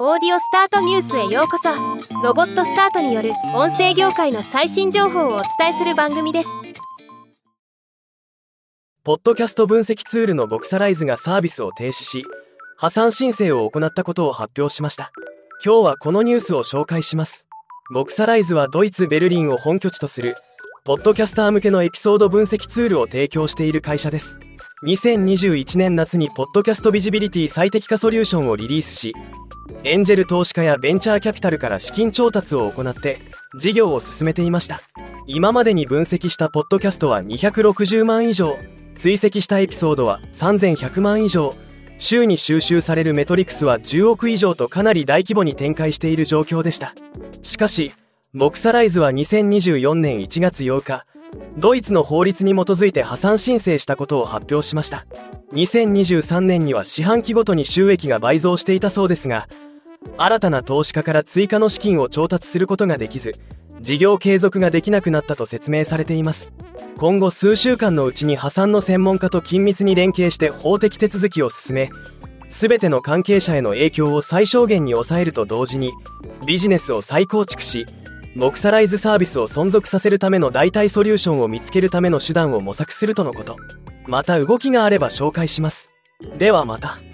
オーディオスタートニュースへようこそ。ロボットスタートによる音声業界の最新情報をお伝えする番組です。 ポッドキャスト分析ツールのボクサライズがサービスを停止し、破産申請を行ったことを発表しました。今日はこのニュースを紹介します。ボクサライズはドイツ・ベルリンを本拠地とするポッドキャスター向けのエピソード分析ツールを提供している会社です。2021年夏にポッドキャストビジビリティ最適化ソリューションをリリースし、エンジェル投資家やベンチャーキャピタルから資金調達を行って事業を進めていました。今までに分析したポッドキャストは260万以上、追跡したエピソードは3100万以上、週に収集されるメトリクスは10億以上とかなり大規模に展開している状況でした。しかしボクサライズは2024年1月8日、ドイツの法律に基づいて破産申請したことを発表しました。2023年には四半期ごとに収益が倍増していたそうですが、新たな投資家から追加の資金を調達することができず、事業継続ができなくなったと説明されています。今後数週間のうちに破産の専門家と緊密に連携して法的手続きを進め、全ての関係者への影響を最小限に抑えると同時にビジネスを再構築し、ボクサライズサービスを存続させるための代替ソリューションを見つけるための手段を模索するとのこと。また動きがあれば紹介します。ではまた。